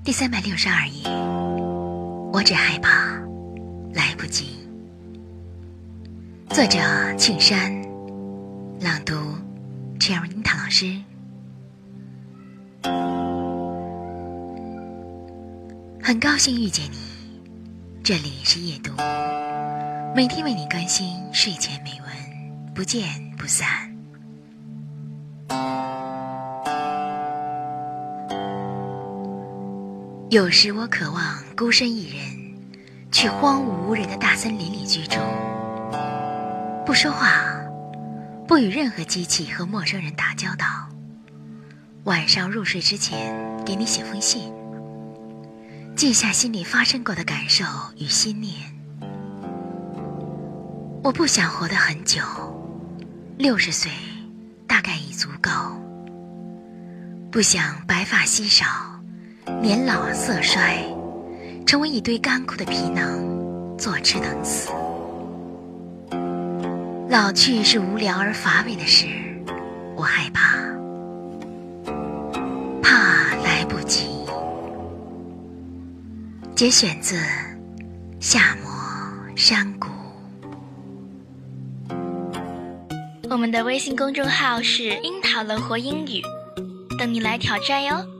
第362页，我只害怕来不及。作者庆山，朗读 Cherry 樱桃老师。很高兴遇见你，这里是夜读，每天为你更新睡前美文，不见不散。有时我渴望孤身一人，去荒芜无人的大森林里居住，不说话，不与任何机器和陌生人打交道。晚上入睡之前给你写封信，记下心里发生过的感受与心念。我不想活得很久，60岁大概已足够。不想白发稀少，年老色衰，成为一堆干枯的皮囊，坐吃等死。老去是无聊而乏味的事，我害怕来不及。节选自夏末山谷。 我们的微信公众号是樱桃乐活英语，等你来挑战哟。